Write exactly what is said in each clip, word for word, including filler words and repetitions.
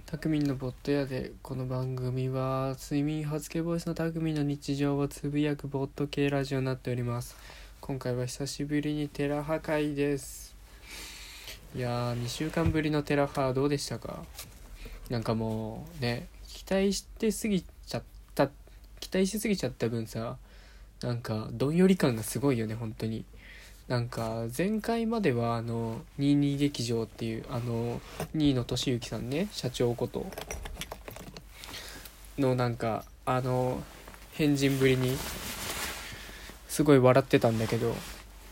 たくみんのボット屋で、この番組は睡眠ハスケボイスのたくみんの日常をつぶやくボット系ラジオになっております。今回は久しぶりにテラハ会です。いやーにしゅうかんぶりのテラハどうでしたか？なんかもうね、期待してすぎちゃった期待しすぎちゃった分さ、なんかどんより感がすごいよね。本当になんか前回まではあのにじゅうに劇場っていうあのにいの俊之さんね、社長ことのなんかあの変人ぶりにすごい笑ってたんだけど、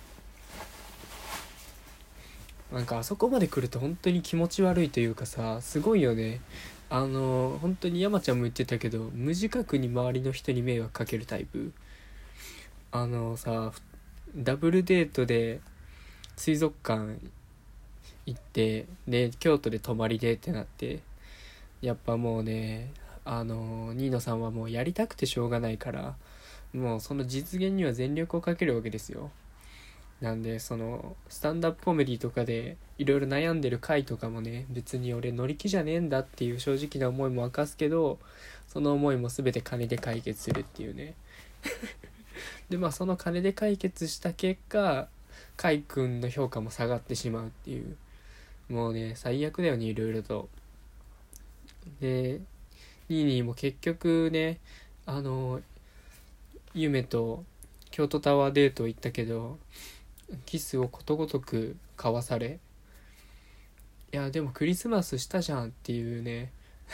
なんかあそこまで来ると本当に気持ち悪いというかさ、すごいよね。あの本当に山ちゃんも言ってたけど、無自覚に周りの人に迷惑かけるタイプ。あのさ、ダブルデートで水族館行ってで京都で泊まりでってなって、やっぱもうね、あのニーノさんはもうやりたくてしょうがないから、もうその実現には全力をかけるわけですよ。なんでそのスタンダップコメディとかでいろいろ悩んでる回とかもね、別に俺乗り気じゃねえんだっていう正直な思いも明かすけど、その思いも全て金で解決するっていうね。でまあその金で解決した結果、カイ君の評価も下がってしまうっていう、もうね最悪だよね、いろいろと。でニーニーも結局ね、あの夢と京都タワーデート行ったけど、キスをことごとく交わされ、いやでもクリスマスしたじゃんっていうね。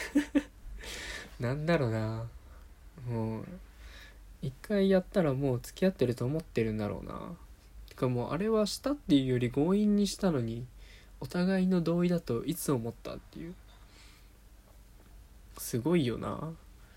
なんだろうな、もう一回やったらもう付き合ってると思ってるんだろうな。てかもうあれはしたっていうより強引にしたのに、お互いの同意だといつ思ったっていう、すごいよな。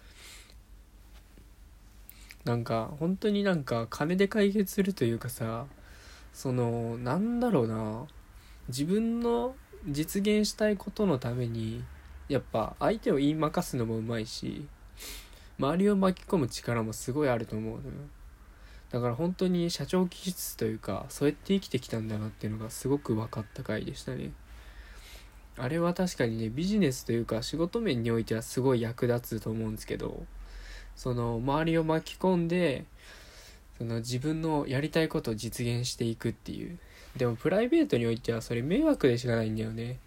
なんか本当になんか金で解決するというかさ、そのなんだろうな、自分の実現したいことのためにやっぱ相手を言いまかすのもうまいし、周りを巻き込む力もすごいあると思うのよ。だから本当に社長気質というか、そうやって生きてきたんだなっていうのがすごく分かった回でしたね。あれは確かにね、ビジネスというか仕事面においてはすごい役立つと思うんですけど、その周りを巻き込んで、その自分のやりたいことを実現していくっていう。でもプライベートにおいてはそれ迷惑でしかないんだよね。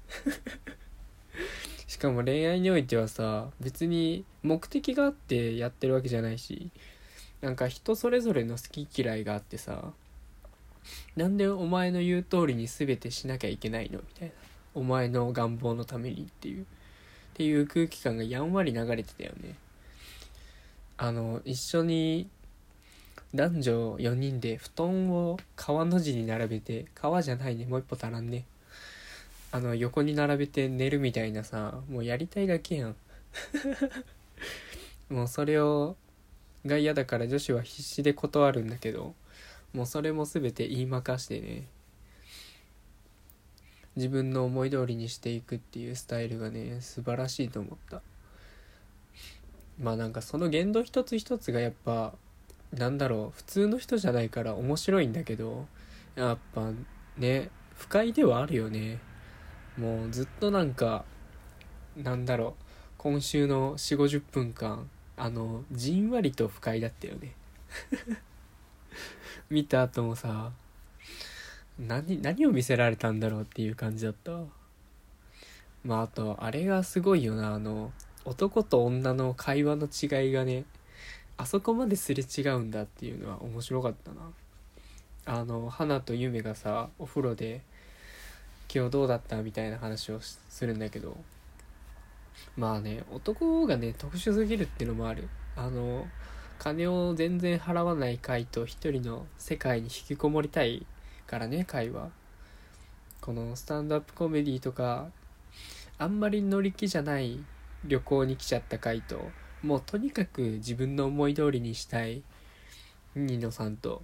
しかも恋愛においてはさ、別に目的があってやってるわけじゃないし、なんか人それぞれの好き嫌いがあってさ、なんでお前の言う通りに全てしなきゃいけないのみたいな、お前の願望のためにっていうっていう空気感がやんわり流れてたよね。あの一緒に男女よにんで布団を川の字に並べて、川じゃないね、もう一歩足らんね、あの横に並べて寝るみたいなさ、もうやりたいだけやん。もうそれをが嫌だから女子は必死で断るんだけど、もうそれも全て言いまかしてね、自分の思い通りにしていくっていうスタイルがね、素晴らしいと思った。まあなんかその言動一つ一つがやっぱなんだろう、普通の人じゃないから面白いんだけど、やっぱね、不快ではあるよね。もうずっとなんかなんだろう、今週のよんじゅうごじゅっぷんかん、あのじんわりと不快だったよね。見た後もさ、何何を見せられたんだろうっていう感じだった。まああとあれがすごいよな、あの男と女の会話の違いがね、あそこまですれ違うんだっていうのは面白かったな。あの花と夢がさ、お風呂で今日どうだったみたいな話をするんだけど、まあね、男がね特殊すぎるっていうのもある。あの金を全然払わない会と一人の世界に引きこもりたいからね、会は。このスタンドアップコメディとかあんまり乗り気じゃない旅行に来ちゃった回と、もうとにかく自分の思い通りにしたいニノさんと、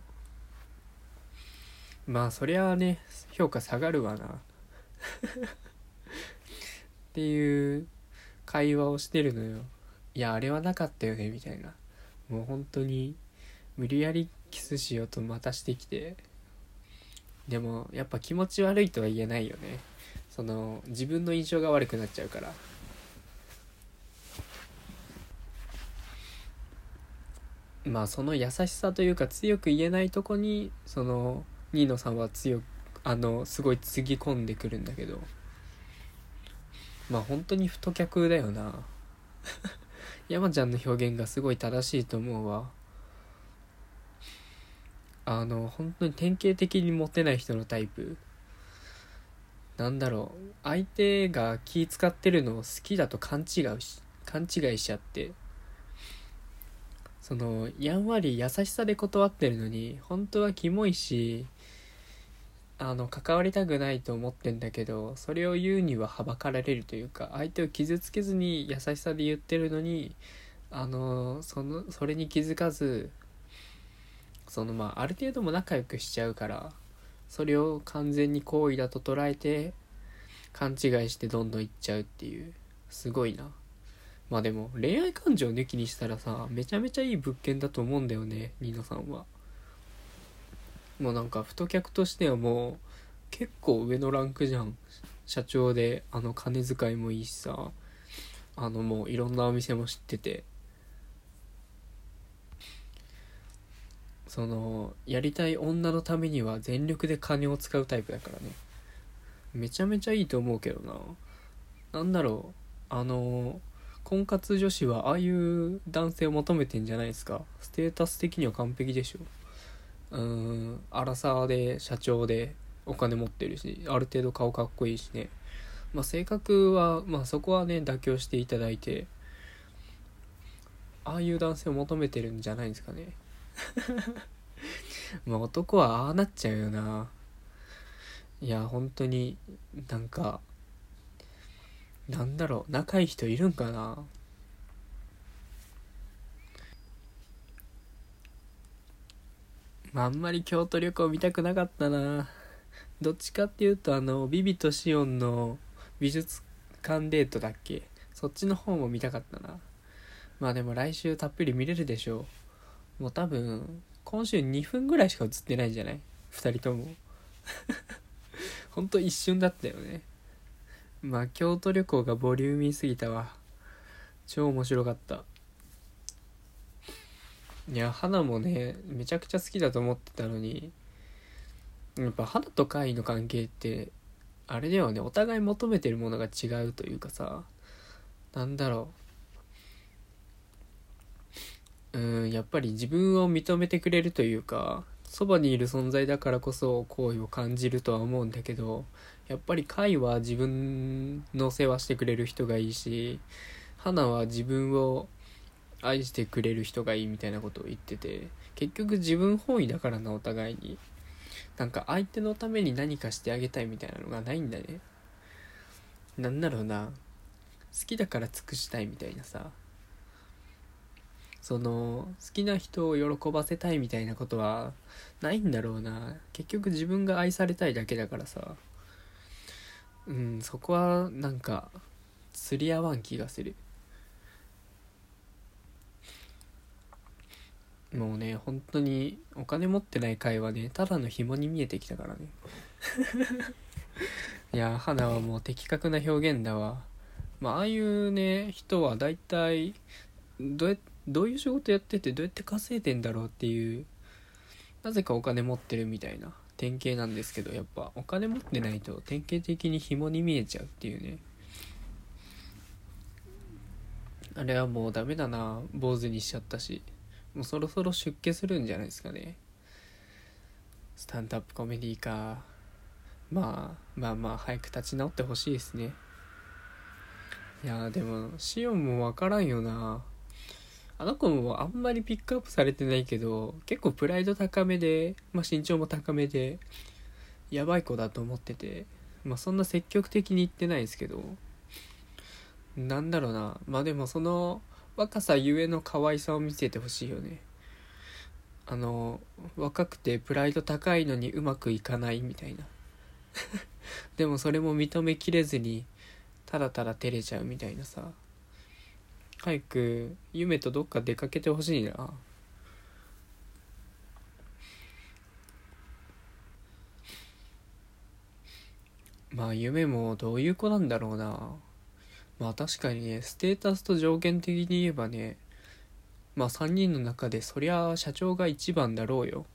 まあそりゃあね、評価下がるわなっていう会話をしてるのよ。いやあれはなかったよねみたいな。もう本当に無理やりキスしようとまたしてきて、でもやっぱ気持ち悪いとは言えないよね。その自分の印象が悪くなっちゃうから。 まあその優しさというか強く言えないとこにそのニーノさんは強くあのすごいつぎ込んでくるんだけど、まあ本当に太客だよな。山ちゃんの表現がすごい正しいと思うわ。あの本当に典型的にモテない人のタイプ。なんだろう、相手が気使ってるのを好きだと勘違いし勘違いしちゃって、そのやんわり優しさで断ってるのに本当はキモいし、あの関わりたくないと思ってんだけど、それを言うにははばかられるというか、相手を傷つけずに優しさで言ってるのに、あのそのそれに気づかず、そのまあある程度も仲良くしちゃうから、それを完全に好意だと捉えて勘違いしてどんどんいっちゃうっていう、すごいな。まあでも恋愛感情抜きにしたらさ、めちゃめちゃいい物件だと思うんだよね、ニノさんは。もうなんか太客としてはもう結構上のランクじゃん。社長で、あの金遣いもいいしさ、あのもういろんなお店も知ってて、そのやりたい女のためには全力で金を使うタイプだからね。めちゃめちゃいいと思うけどな。なんだろう、あの婚活女子はああいう男性を求めてんじゃないですか。ステータス的には完璧でしょ。うーん、アラサーで社長でお金持ってるし、ある程度顔かっこいいしね。まあ性格はまあそこはね妥協していただいて、ああいう男性を求めてるんじゃないですかね。まあ男はああなっちゃうよな。いや本当に、なんかなんだろう、仲いい人いるんかな。まああんまり京都旅行見たくなかったな。どっちかっていうと、あのビビとシオンの美術館デートだっけ、そっちの方も見たかったな。まあでも来週たっぷり見れるでしょう。もう多分今週にふんぐらいしか映ってないんじゃない、ふたりとも。ほんと一瞬だったよね。まあ京都旅行がボリューミーすぎたわ。超面白かった。いや花もねめちゃくちゃ好きだと思ってたのに、やっぱ花と海の関係ってあれだよね、お互い求めてるものが違うというかさ、なんだろう、うん、やっぱり自分を認めてくれるというか、そばにいる存在だからこそ好意を感じるとは思うんだけど、やっぱり海は自分の世話してくれる人がいいし、花は自分を愛してくれる人がいいみたいなことを言ってて、結局自分本位だからな、お互いに。なんか相手のために何かしてあげたいみたいなのがないんだね。なんだろうな、好きだから尽くしたいみたいなさ、その好きな人を喜ばせたいみたいなことはないんだろうな。結局自分が愛されたいだけだからさ、うん、そこはなんか釣り合わん気がする。もうね本当にお金持ってない会話ね、ただの紐に見えてきたからね。いや花はもう的確な表現だわ。まあああいうね人はだいたいどうやどういう仕事やっててどうやって稼いでんだろうっていう、なぜかお金持ってるみたいな典型なんですけど、やっぱお金持ってないと典型的に紐に見えちゃうっていうね。あれはもうダメだな、坊主にしちゃったし。もうそろそろ出家するんじゃないですかね。スタンドアップコメディか。まあまあまあ早く立ち直ってほしいですね。いやでもシオンもわからんよな。あの子もあんまりピックアップされてないけど結構プライド高めで、まあ、身長も高めでやばい子だと思ってて、まあそんな積極的に言ってないですけど、なんだろうな、まあでもその若さゆえの可愛さを見せてほしいよね。あの若くてプライド高いのにうまくいかないみたいな。でもそれも認めきれずにただただ照れちゃうみたいなさ。早く夢とどっか出かけてほしいな。まあ夢もどういう子なんだろうな。まあ確かにね、ステータスと条件的に言えばね、 まあさんにんの中でそりゃ社長が一番だろうよ。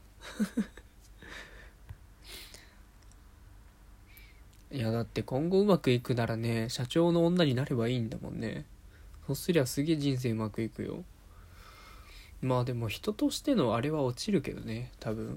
いやだって今後うまくいくならね、社長の女になればいいんだもんね。そすりゃすげえ人生うまくいくよ。まあでも人としてのあれは落ちるけどね、多分。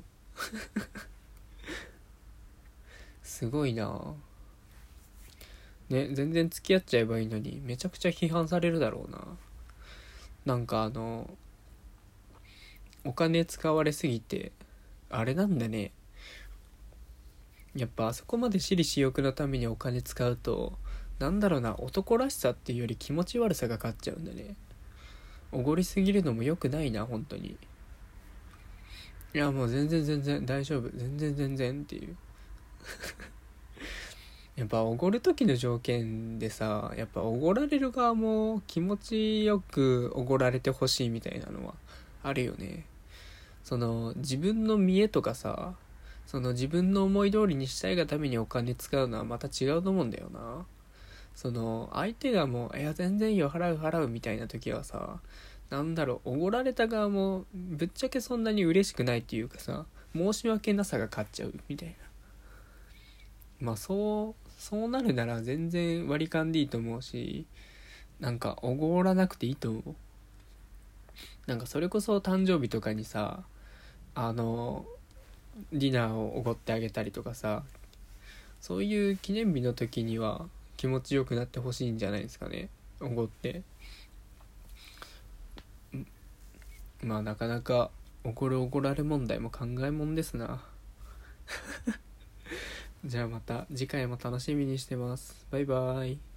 すごいなね。全然付き合っちゃえばいいのにめちゃくちゃ批判されるだろうな。なんかあのお金使われすぎてあれなんだね。やっぱあそこまで私利私欲のためにお金使うと、なんだろうな、男らしさっていうより気持ち悪さが勝っちゃうんだね。おごりすぎるのも良くないな本当に。いやもう全然全然大丈夫、全然全然っていう。やっぱおごる時の条件でさ、やっぱおごられる側も気持ちよくおごられてほしいみたいなのはあるよね。その自分の見栄とかさ、その自分の思い通りにしたいがためにお金使うのはまた違うと思うんだよな。その相手がもういや全然いいよ払う払うみたいな時はさ、なんだろう、おごられた側もぶっちゃけそんなに嬉しくないっていうかさ、申し訳なさが勝っちゃうみたいな。まあそうそうなるなら全然割り勘でいいと思うし、なんかおごらなくていいと思う。なんかそれこそ誕生日とかにさ、あのディナーをおごってあげたりとかさ、そういう記念日の時には気持ちよくなってほしいんじゃないですかね、おごって。まあなかなかおごるおごられ問題も考えもんですな。じゃあまた次回も楽しみにしてます。バイバーイ。